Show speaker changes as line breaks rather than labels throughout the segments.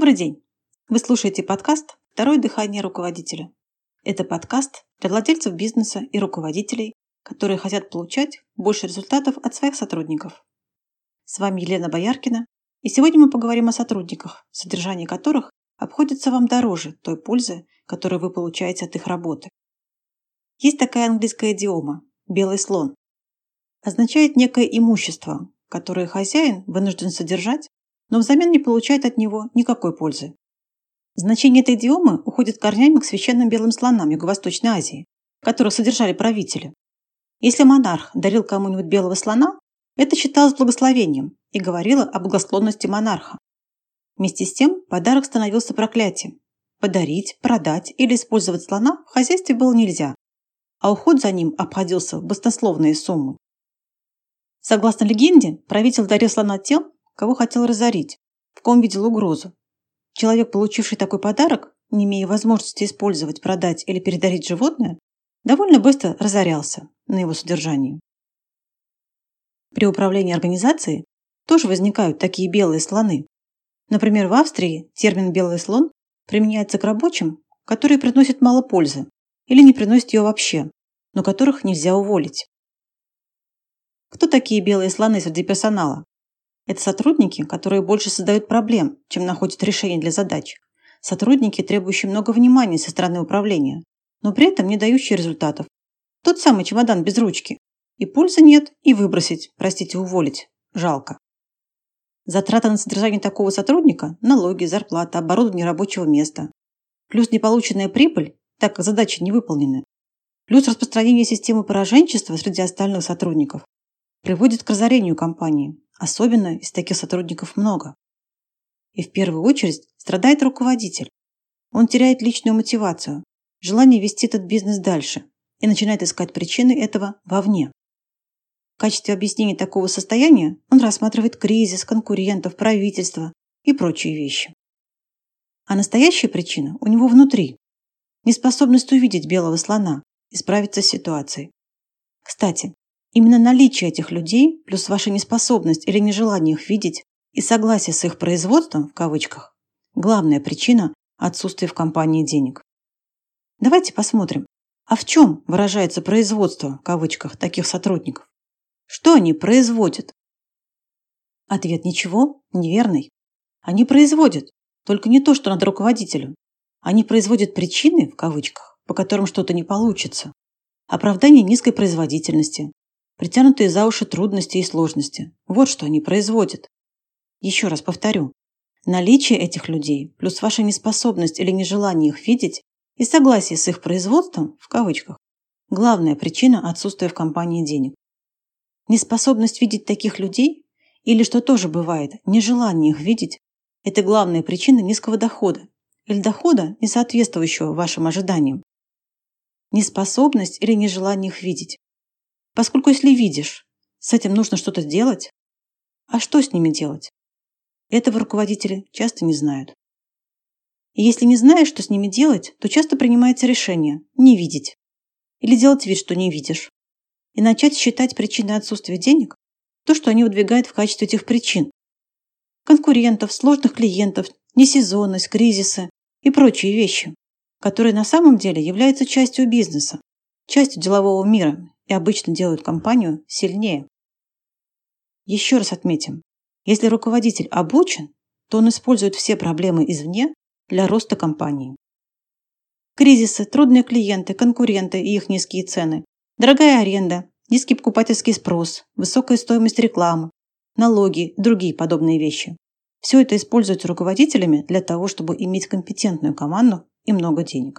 Добрый день! Вы слушаете подкаст «Второе дыхание руководителя». Это подкаст для владельцев бизнеса и руководителей, которые хотят получать больше результатов от своих сотрудников. С вами Елена Бояркина, и сегодня мы поговорим о сотрудниках, содержание которых обходится вам дороже той пользы, которую вы получаете от их работы. Есть такая английская идиома «белый слон». Означает некое имущество, которое хозяин вынужден содержать, но взамен не получает от него никакой пользы. Значение этой идиомы уходит корнями к священным белым слонам Юго-Восточной Азии, которых содержали правители. Если монарх дарил кому-нибудь белого слона, это считалось благословением и говорило о благосклонности монарха. Вместе с тем подарок становился проклятием. Подарить, продать или использовать слона в хозяйстве было нельзя, а уход за ним обходился в баснословные суммы. Согласно легенде, правитель дарил слона тем, кого хотел разорить, в ком видел угрозу. Человек, получивший такой подарок, не имея возможности использовать, продать или передарить животное, довольно быстро разорялся на его содержании. При управлении организацией тоже возникают такие белые слоны. Например, в Австрии термин «белый слон» применяется к рабочим, которые приносят мало пользы или не приносят ее вообще, но которых нельзя уволить. Кто такие белые слоны среди персонала? Это сотрудники, которые больше создают проблем, чем находят решения для задач. Сотрудники, требующие много внимания со стороны управления, но при этом не дающие результатов. Тот самый чемодан без ручки. И пользы нет, и выбросить, уволить. Жалко. Затраты на содержание такого сотрудника – налоги, зарплата, оборудование рабочего места. Плюс неполученная прибыль, так как задачи не выполнены. Плюс распространение системы пораженчества среди остальных сотрудников приводит к разорению компании. Особенно, если таких сотрудников много. И в первую очередь страдает руководитель. Он теряет личную мотивацию, желание вести этот бизнес дальше и начинает искать причины этого вовне. В качестве объяснения такого состояния он рассматривает кризис, конкурентов, правительство и прочие вещи. А настоящая причина у него внутри. Неспособность увидеть белого слона и справиться с ситуацией. Кстати, именно наличие этих людей, плюс ваша неспособность или нежелание их видеть и согласие с их производством, в кавычках, главная причина отсутствия в компании денег. Давайте посмотрим, а в чем выражается производство, в кавычках, таких сотрудников? Что они производят? Ответ ничего, неверный. Они производят, только не то, что надо руководителю. Они производят причины, в кавычках, по которым что-то не получится. Оправдание низкой производительности, притянутые за уши трудности и сложности. Вот что они производят. Еще раз повторю. Наличие этих людей, плюс ваша неспособность или нежелание их видеть и согласие с их производством, в кавычках, главная причина отсутствия в компании денег. Неспособность видеть таких людей, или, что тоже бывает, нежелание их видеть, это главная причина низкого дохода или дохода, не соответствующего вашим ожиданиям. Неспособность или нежелание их видеть. Поскольку если видишь, с этим нужно что-то сделать. А что с ними делать? Этого руководители часто не знают. И если не знаешь, что с ними делать, то часто принимается решение не видеть. Или делать вид, что не видишь. И начать считать причиной отсутствия денег то, что они выдвигают в качестве этих причин. Конкурентов, сложных клиентов, несезонность, кризисы и прочие вещи, которые на самом деле являются частью бизнеса, частью делового мира и обычно делают компанию сильнее. Еще раз отметим, если руководитель обучен, то он использует все проблемы извне для роста компании. Кризисы, трудные клиенты, конкуренты и их низкие цены, дорогая аренда, низкий покупательский спрос, высокая стоимость рекламы, налоги и другие подобные вещи. Все это используется руководителями для того, чтобы иметь компетентную команду и много денег.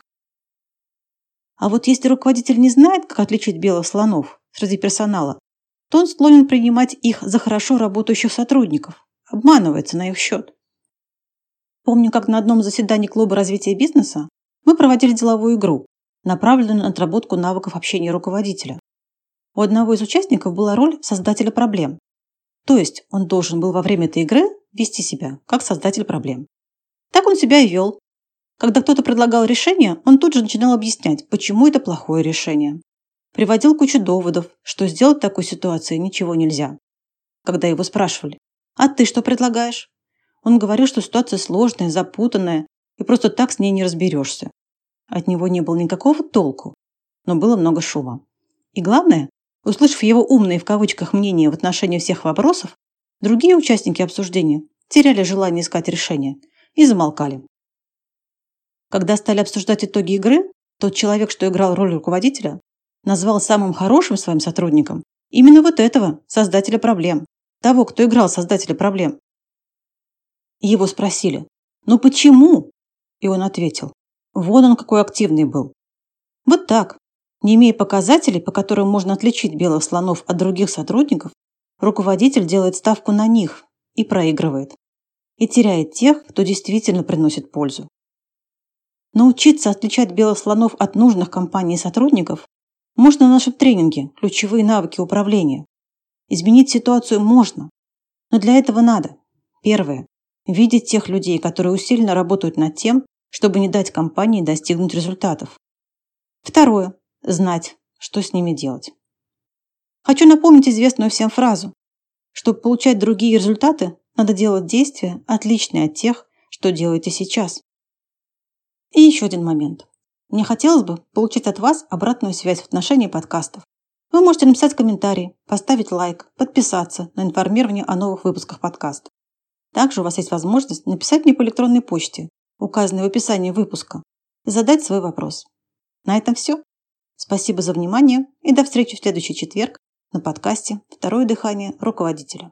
А вот если руководитель не знает, как отличить белых слонов среди персонала, то он склонен принимать их за хорошо работающих сотрудников, обманывается на их счет. Помню, как на одном заседании клуба развития бизнеса мы проводили деловую игру, направленную на отработку навыков общения руководителя. У одного из участников была роль создателя проблем. То есть он должен был во время этой игры вести себя как создатель проблем. Так он себя и вел. Когда кто-то предлагал решение, он тут же начинал объяснять, почему это плохое решение. Приводил кучу доводов, что сделать в такой ситуации ничего нельзя. Когда его спрашивали, «А ты что предлагаешь?», Он говорил, что ситуация сложная, запутанная, и просто так с ней не разберешься. От него не было никакого толку, но было много шума. И главное, услышав его умные в кавычках мнения в отношении всех вопросов, другие участники обсуждения теряли желание искать решения и замолкали. Когда стали обсуждать итоги игры, тот человек, что играл роль руководителя, назвал самым хорошим своим сотрудником именно вот этого, создателя проблем, того, кто играл создателя проблем. Его спросили: «Ну почему?» И он ответил: «Вон он какой активный был». Вот так, не имея показателей, по которым можно отличить белых слонов от других сотрудников, руководитель делает ставку на них и проигрывает. И теряет тех, кто действительно приносит пользу. Научиться отличать белых слонов от нужных компании сотрудников можно на нашем тренинге «Ключевые навыки управления». Изменить ситуацию можно, но для этого надо: первое – видеть тех людей, которые усиленно работают над тем, чтобы не дать компании достигнуть результатов. Второе – знать, что с ними делать. Хочу напомнить известную всем фразу: чтобы получать другие результаты, надо делать действия, отличные от тех, что делаете сейчас. И еще один момент. Мне хотелось бы получить от вас обратную связь в отношении подкастов. Вы можете написать комментарий, поставить лайк, подписаться на информирование о новых выпусках подкаста. Также у вас есть возможность написать мне по электронной почте, указанной в описании выпуска, и задать свой вопрос. На этом все. Спасибо за внимание и до встречи в следующий четверг на подкасте «Второе дыхание руководителя».